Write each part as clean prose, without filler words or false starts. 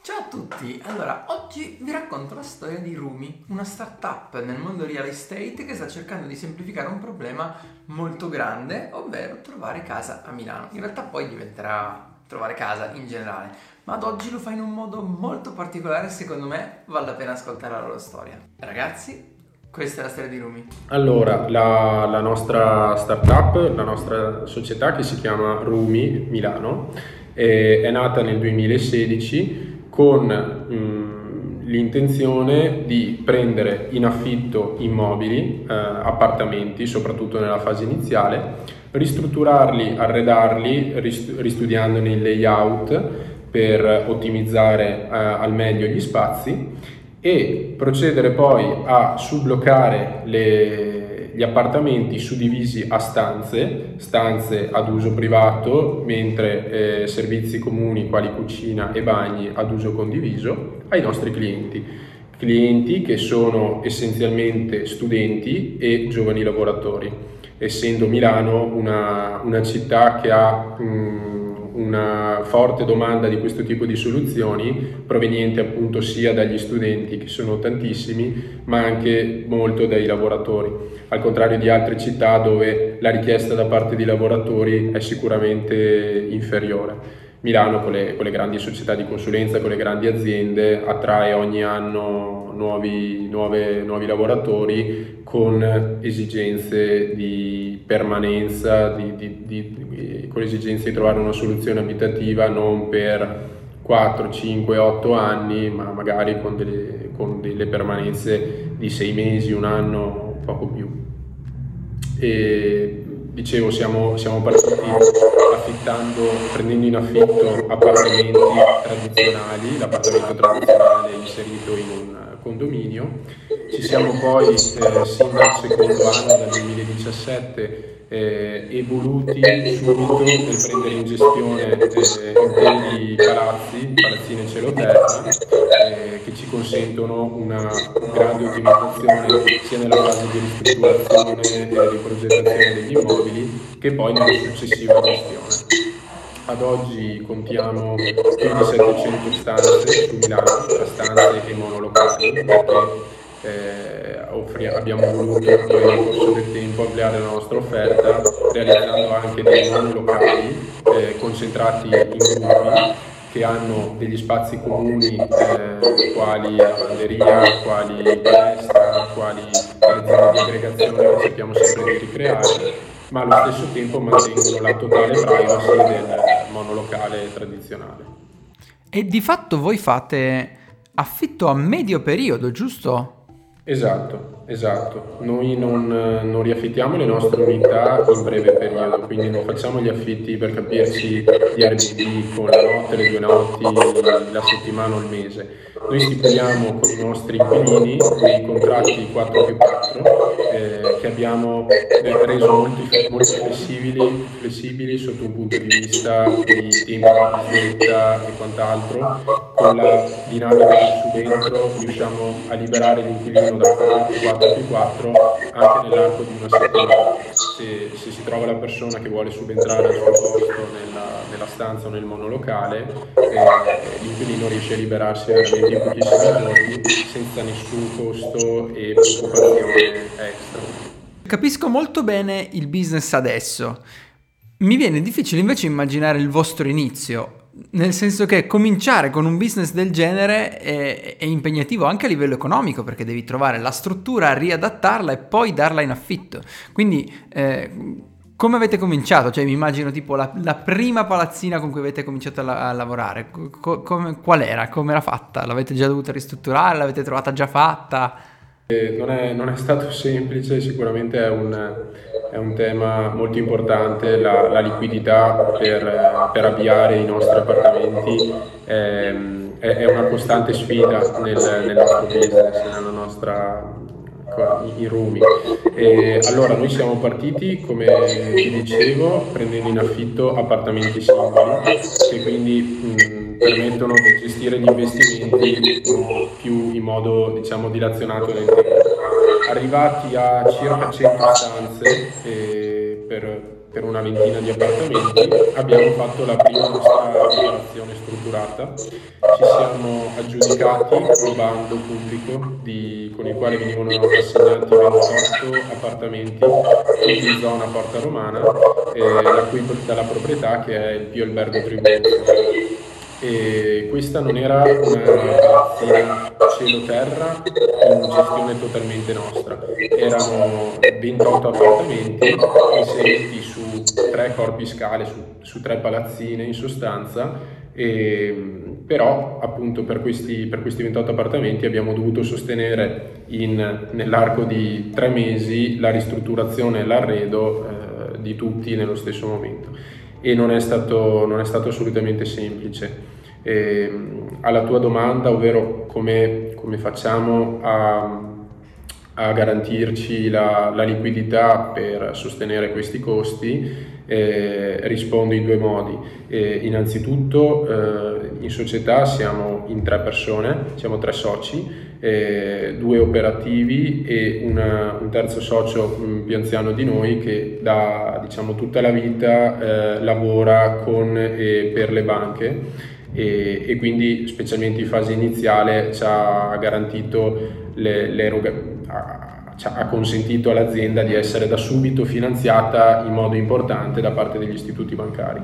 Ciao a tutti, allora oggi vi racconto la storia di Rumi, una startup nel mondo real estate che sta cercando di semplificare un problema molto grande, ovvero trovare casa a Milano. In realtà poi diventerà trovare casa in generale, ma ad oggi lo fa in un modo molto particolare e secondo me vale la pena ascoltare la loro storia. Ragazzi, questa è la storia di Rumi. Allora, la nostra startup, la nostra società che si chiama Rumi Milano, è nata nel 2016 con l'intenzione di prendere in affitto immobili, appartamenti, soprattutto nella fase iniziale, ristrutturarli, arredarli, ristudiandone il layout per ottimizzare ad meglio gli spazi e procedere poi a subbloccare gli appartamenti suddivisi a stanze ad uso privato, mentre servizi comuni quali cucina e bagni ad uso condiviso ai nostri clienti che sono essenzialmente studenti e giovani lavoratori, essendo Milano una città che ha una forte domanda di questo tipo di soluzioni proveniente appunto sia dagli studenti, che sono tantissimi, ma anche molto dai lavoratori, al contrario di altre città dove la richiesta da parte dei lavoratori è sicuramente inferiore. Milano con le grandi società di consulenza, con le grandi aziende, attrae ogni anno nuovi lavoratori con esigenze di permanenza, con esigenze di trovare una soluzione abitativa non per 4, 5, 8 anni, ma magari con delle permanenze di 6 mesi, un anno, poco più. E dicevo, siamo partiti prendendo in affitto appartamenti tradizionali, l'appartamento tradizionale inserito in un condominio. Ci siamo poi, sin dal secondo anno, dal 2017, evoluti subito nel prendere in gestione interi palazzine cielo-terra, che ci consentono una grande ottimizzazione sia nella fase di ristrutturazione e di progettazione degli immobili che poi nella successiva gestione. Ad oggi contiamo più di 700 stanze su Milano, tra stanze e monolocali, perché abbiamo voluto nel corso del tempo ampliare la nostra offerta realizzando anche dei monolocali concentrati in gruppi che hanno degli spazi comuni quali lavanderia, quali palestra, quali zone di aggregazione che cerchiamo sempre di ricreare, ma allo stesso tempo mantengono la totale privacy del monolocale tradizionale. E di fatto voi fate affitto a medio periodo, giusto? Esatto. Noi non riaffittiamo le nostre unità in breve periodo, quindi non facciamo gli affitti, per capirci, di Airbnb con la notte, le 2 notti, la settimana o il mese. Noi stipuliamo con i nostri inquilini dei contratti 4+4 che abbiamo reso molto flessibili sotto un punto di vista di tempo di visita e quant'altro. Con la dinamica del subentro riusciamo a liberare l'inquilino da 4+4 anche nell'arco di una settimana. Se si trova la persona che vuole subentrare al suo posto nella stanza o nel monolocale, l'inquilino riesce a liberarsi veramente in pochissimi giorni senza nessun costo e preoccupazione extra. Capisco molto bene il business adesso. Mi viene difficile invece immaginare il vostro inizio, nel senso che cominciare con un business del genere è impegnativo anche a livello economico, perché devi trovare la struttura, riadattarla e poi darla in affitto. Quindi come avete cominciato? Cioè mi immagino tipo la prima palazzina con cui avete cominciato a lavorare. Qual era? Come era fatta? L'avete già dovuta ristrutturare? L'avete trovata già fatta? Non è stato semplice, sicuramente è un tema molto importante, la liquidità per avviare i nostri appartamenti è una costante sfida nel nostro business, in Rumi. Allora noi siamo partiti, come ti dicevo, prendendo in affitto appartamenti singoli che quindi permettono di gestire gli investimenti più in modo, diciamo, dilazionato nel tempo. Arrivati a circa 100 stanze per per una ventina di appartamenti, abbiamo fatto la prima nostra operazione strutturata. Ci siamo aggiudicati un bando pubblico con il quale venivano assegnati 28 appartamenti, tutti in zona Porta Romana, dalla proprietà che è il Pio Albergo Tribunale. E questa non era una palazzina cielo-terra in gestione totalmente nostra, erano 28 appartamenti inseriti su 3 corpi scale, su 3 palazzine in sostanza, però appunto per questi 28 appartamenti abbiamo dovuto sostenere nell'arco di 3 mesi la ristrutturazione e l'arredo di tutti nello stesso momento. E non è stato assolutamente semplice. Alla tua domanda, ovvero come facciamo a garantirci la liquidità per sostenere questi costi, rispondo in 2 modi. Innanzitutto in società siamo in 3 persone, siamo 3 soci, 2 operativi e un terzo socio più anziano di noi che da tutta la vita lavora con e per le banche e quindi specialmente in fase iniziale ci ha garantito ha consentito all'azienda di essere da subito finanziata in modo importante da parte degli istituti bancari.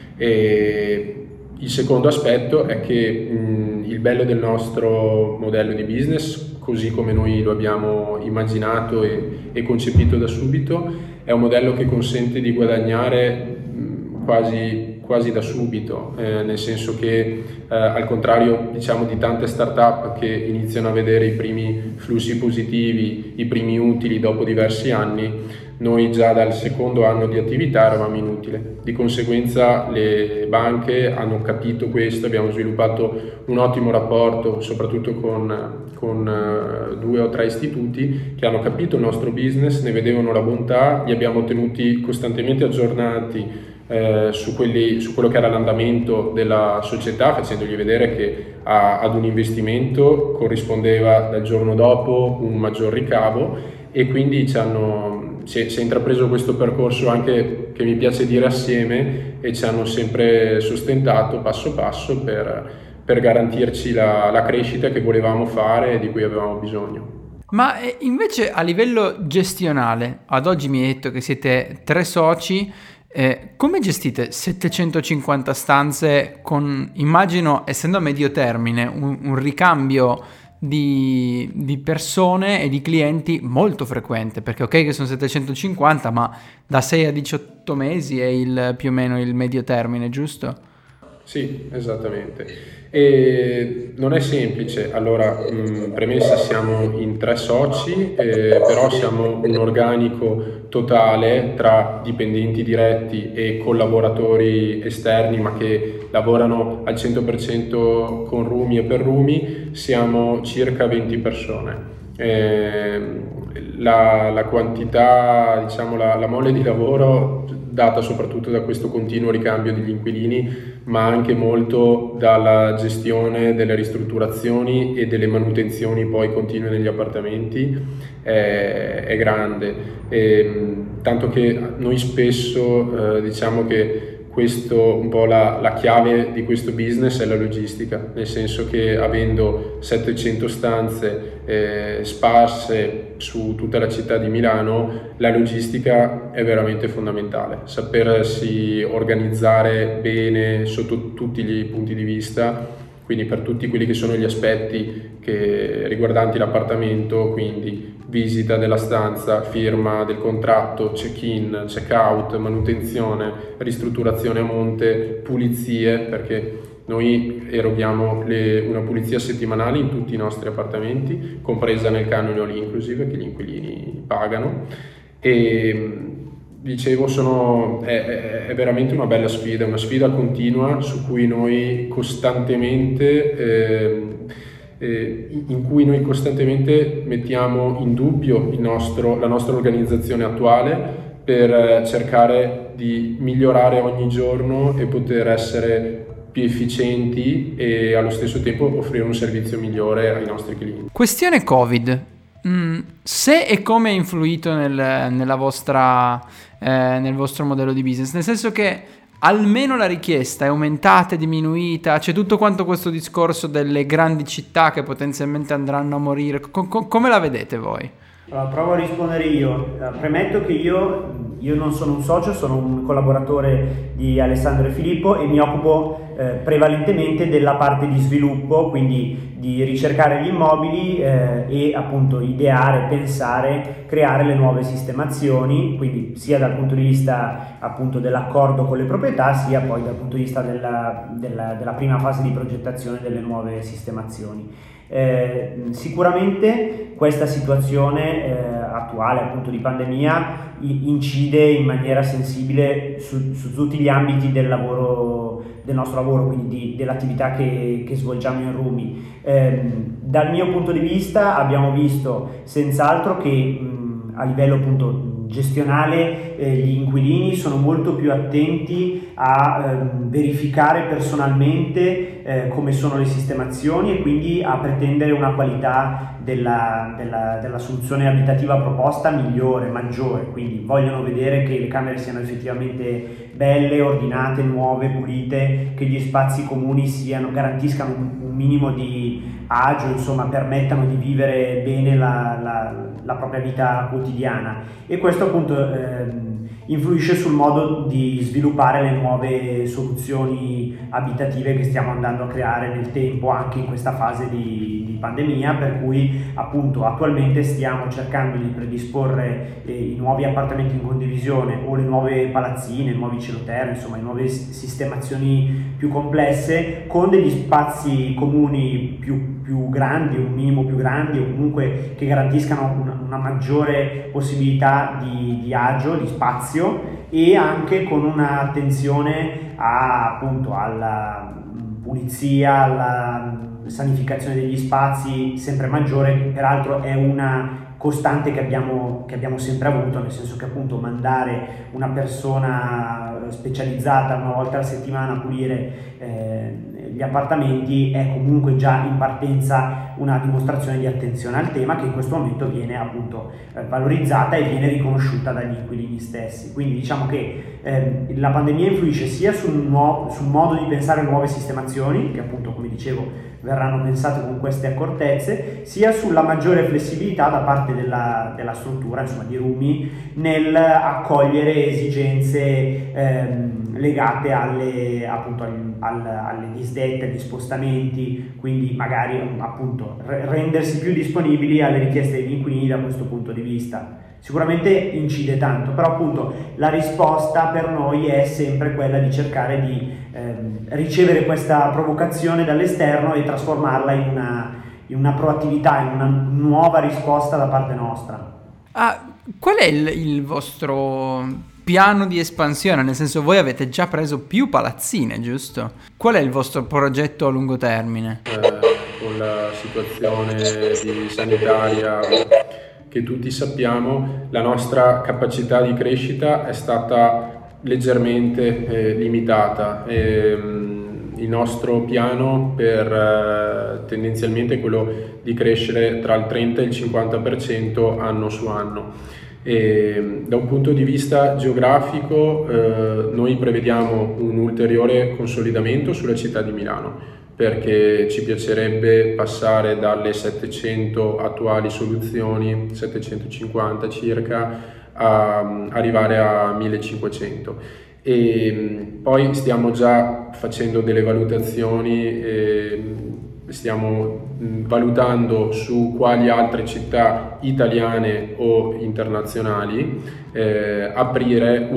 Il secondo aspetto è che il bello del nostro modello di business, così come noi lo abbiamo immaginato e concepito da subito, è un modello che consente di guadagnare quasi da subito, nel senso che al contrario di tante start-up che iniziano a vedere i primi flussi positivi, i primi utili dopo diversi anni, noi già dal secondo anno di attività eravamo in utile. Di conseguenza le banche hanno capito questo, abbiamo sviluppato un ottimo rapporto soprattutto con 2 o 3 istituti che hanno capito il nostro business, ne vedevano la bontà, li abbiamo tenuti costantemente aggiornati su quello che era l'andamento della società, facendogli vedere che ad un investimento corrispondeva dal giorno dopo un maggior ricavo e quindi si è intrapreso questo percorso anche che mi piace dire assieme e ci hanno sempre sostentato passo passo per garantirci la crescita che volevamo fare e di cui avevamo bisogno. Ma invece a livello gestionale, ad oggi mi hai detto che siete 3 soci. Come gestite 750 stanze con, immagino, essendo a medio termine, un ricambio di persone e di clienti molto frequente? Perché ok che sono 750, ma da 6 a 18 mesi è più o meno il medio termine, giusto? Sì, esattamente. E non è semplice. Allora, premessa, siamo in 3 soci, però siamo un organico totale tra dipendenti diretti e collaboratori esterni, ma che lavorano al 100% con Rumi e per Rumi, siamo circa 20 persone. La quantità, la mole di lavoro data soprattutto da questo continuo ricambio degli inquilini, ma anche molto dalla gestione delle ristrutturazioni e delle manutenzioni poi continue negli appartamenti, è grande. Tanto che noi spesso diciamo che un po' la chiave di questo business è la logistica, nel senso che avendo 700 stanze sparse su tutta la città di Milano, la logistica è veramente fondamentale. Sapersi organizzare bene sotto tutti gli punti di vista, quindi per tutti quelli che sono gli aspetti riguardanti l'appartamento, quindi visita della stanza, firma del contratto, check-in, check-out, manutenzione, ristrutturazione a monte, pulizie, perché noi eroghiamo una pulizia settimanale in tutti i nostri appartamenti, compresa nel canone all inclusive che gli inquilini pagano. E dicevo, è veramente una bella sfida, una sfida continua su cui noi costantemente in cui noi costantemente mettiamo in dubbio la nostra organizzazione attuale per cercare di migliorare ogni giorno e poter essere più efficienti e allo stesso tempo offrire un servizio migliore ai nostri clienti. Questione Covid. Se e come è influito nel vostro modello di business, nel senso che almeno la richiesta è aumentata, è diminuita, c'è tutto quanto questo discorso delle grandi città che potenzialmente andranno a morire, come la vedete voi? Allora, provo a rispondere io. Premetto che io non sono un socio, sono un collaboratore di Alessandro e Filippo e mi occupo prevalentemente della parte di sviluppo, quindi di ricercare gli immobili e appunto ideare, pensare, creare le nuove sistemazioni, quindi sia dal punto di vista appunto dell'accordo con le proprietà, sia poi dal punto di vista della prima fase di progettazione delle nuove sistemazioni. Sicuramente questa situazione attuale appunto di pandemia incide in maniera sensibile su tutti gli ambiti del nostro lavoro, quindi dell'attività che svolgiamo in Rumi. Dal mio punto di vista abbiamo visto senz'altro che a livello appunto gestionale gli inquilini sono molto più attenti a verificare personalmente come sono le sistemazioni e quindi a pretendere una qualità della soluzione abitativa proposta migliore, maggiore, quindi vogliono vedere che le camere siano effettivamente belle, ordinate, nuove, pulite, che gli spazi comuni garantiscano un minimo di agio, insomma permettano di vivere bene la propria vita quotidiana, e questo appunto influisce sul modo di sviluppare le nuove soluzioni abitative che stiamo andando a creare nel tempo, anche in questa fase di pandemia, per cui appunto attualmente stiamo cercando di predisporre i nuovi appartamenti in condivisione o le nuove palazzine, i nuovi cielo-terra, insomma le nuove sistemazioni più complesse, con degli spazi comuni più grandi, un minimo più grandi, o comunque che garantiscano una maggiore possibilità di agio, di spazio, e anche con un'attenzione appunto alla pulizia, alla sanificazione degli spazi sempre maggiore. Peraltro è una costante che abbiamo sempre avuto, nel senso che appunto mandare una persona specializzata una volta alla settimana a pulire gli appartamenti è comunque già in partenza una dimostrazione di attenzione al tema, che in questo momento viene appunto valorizzata e viene riconosciuta dagli inquilini stessi. Quindi diciamo che la pandemia influisce sia sul modo di pensare nuove sistemazioni, che appunto, come dicevo, verranno pensate con queste accortezze, sia sulla maggiore flessibilità da parte della struttura, insomma di Rumi, nel accogliere esigenze legate alle disdette, agli spostamenti, quindi magari appunto rendersi più disponibili alle richieste degli inquilini da questo punto di vista. Sicuramente incide tanto, però appunto la risposta per noi è sempre quella di cercare di ricevere questa provocazione dall'esterno e trasformarla in una proattività, in una nuova risposta da parte nostra. Qual è il vostro piano di espansione? Nel senso, voi avete già preso più palazzine, giusto? Qual è il vostro progetto a lungo termine? Con la situazione sanitaria che tutti sappiamo, la nostra capacità di crescita è stata leggermente limitata. Il nostro piano tendenzialmente è quello di crescere tra il 30 e il 50% anno su anno. E da un punto di vista geografico noi prevediamo un ulteriore consolidamento sulla città di Milano, perché ci piacerebbe passare dalle 700 attuali soluzioni, 750 circa, a arrivare a 1500. E poi stiamo già facendo delle valutazioni, stiamo valutando su quali altre città italiane o internazionali aprire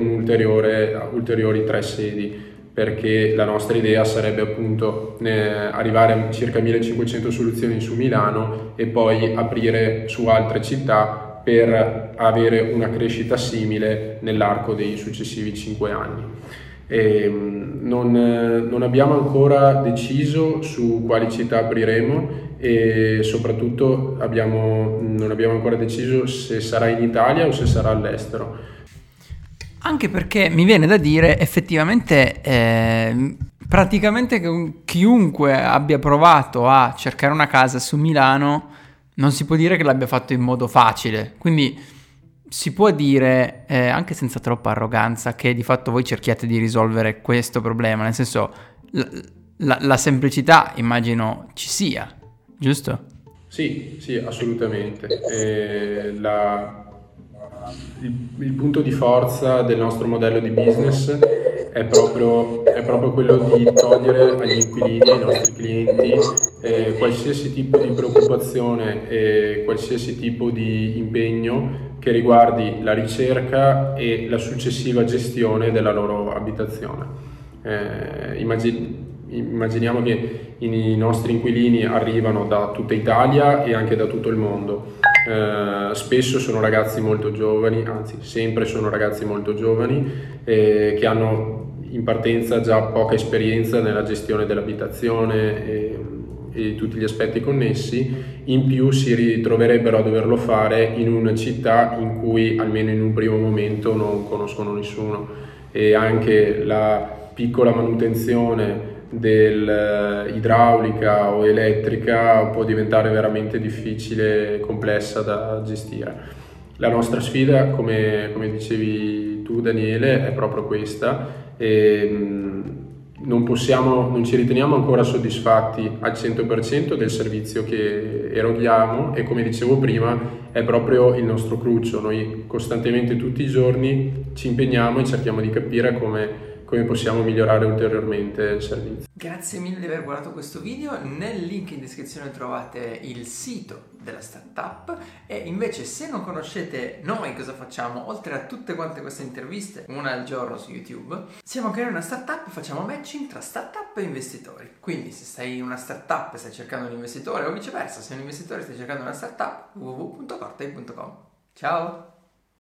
ulteriori 3 sedi, perché la nostra idea sarebbe appunto arrivare a circa 1500 soluzioni su Milano e poi aprire su altre città per avere una crescita simile nell'arco dei successivi 5 anni. Non abbiamo ancora deciso su quali città apriremo e soprattutto non abbiamo ancora deciso se sarà in Italia o se sarà all'estero. Anche perché mi viene da dire, effettivamente, praticamente chiunque abbia provato a cercare una casa su Milano non si può dire che l'abbia fatto in modo facile, quindi si può dire, anche senza troppa arroganza, che di fatto voi cerchiate di risolvere questo problema, nel senso la semplicità immagino ci sia, giusto? Sì, sì, assolutamente. Il punto di forza del nostro modello di business è proprio quello di togliere agli inquilini, ai nostri clienti, qualsiasi tipo di preoccupazione e qualsiasi tipo di impegno che riguardi la ricerca e la successiva gestione della loro abitazione. Immaginiamo che i nostri inquilini arrivano da tutta Italia e anche da tutto il mondo. Spesso sono ragazzi molto giovani, anzi sempre sono ragazzi molto giovani, che hanno in partenza già poca esperienza nella gestione dell'abitazione e tutti gli aspetti connessi. In più si ritroverebbero a doverlo fare in una città in cui almeno in un primo momento non conoscono nessuno, e anche la piccola manutenzione dell'idraulica o elettrica può diventare veramente difficile e complessa da gestire. La nostra sfida, come dicevi tu Daniele, è proprio questa, e non ci riteniamo ancora soddisfatti al 100% del servizio che eroghiamo, e come dicevo prima è proprio il nostro cruccio. Noi costantemente tutti i giorni ci impegniamo e cerchiamo di capire come possiamo migliorare ulteriormente il servizio. Grazie mille di aver guardato questo video. Nel link in descrizione trovate il sito della startup, e invece se non conoscete noi cosa facciamo, oltre a tutte quante queste interviste, una al giorno su YouTube, siamo anche una startup, facciamo matching tra startup e investitori. Quindi se sei una startup e stai cercando un investitore, o viceversa, se un investitore stai cercando una startup, www.cortei.com. Ciao!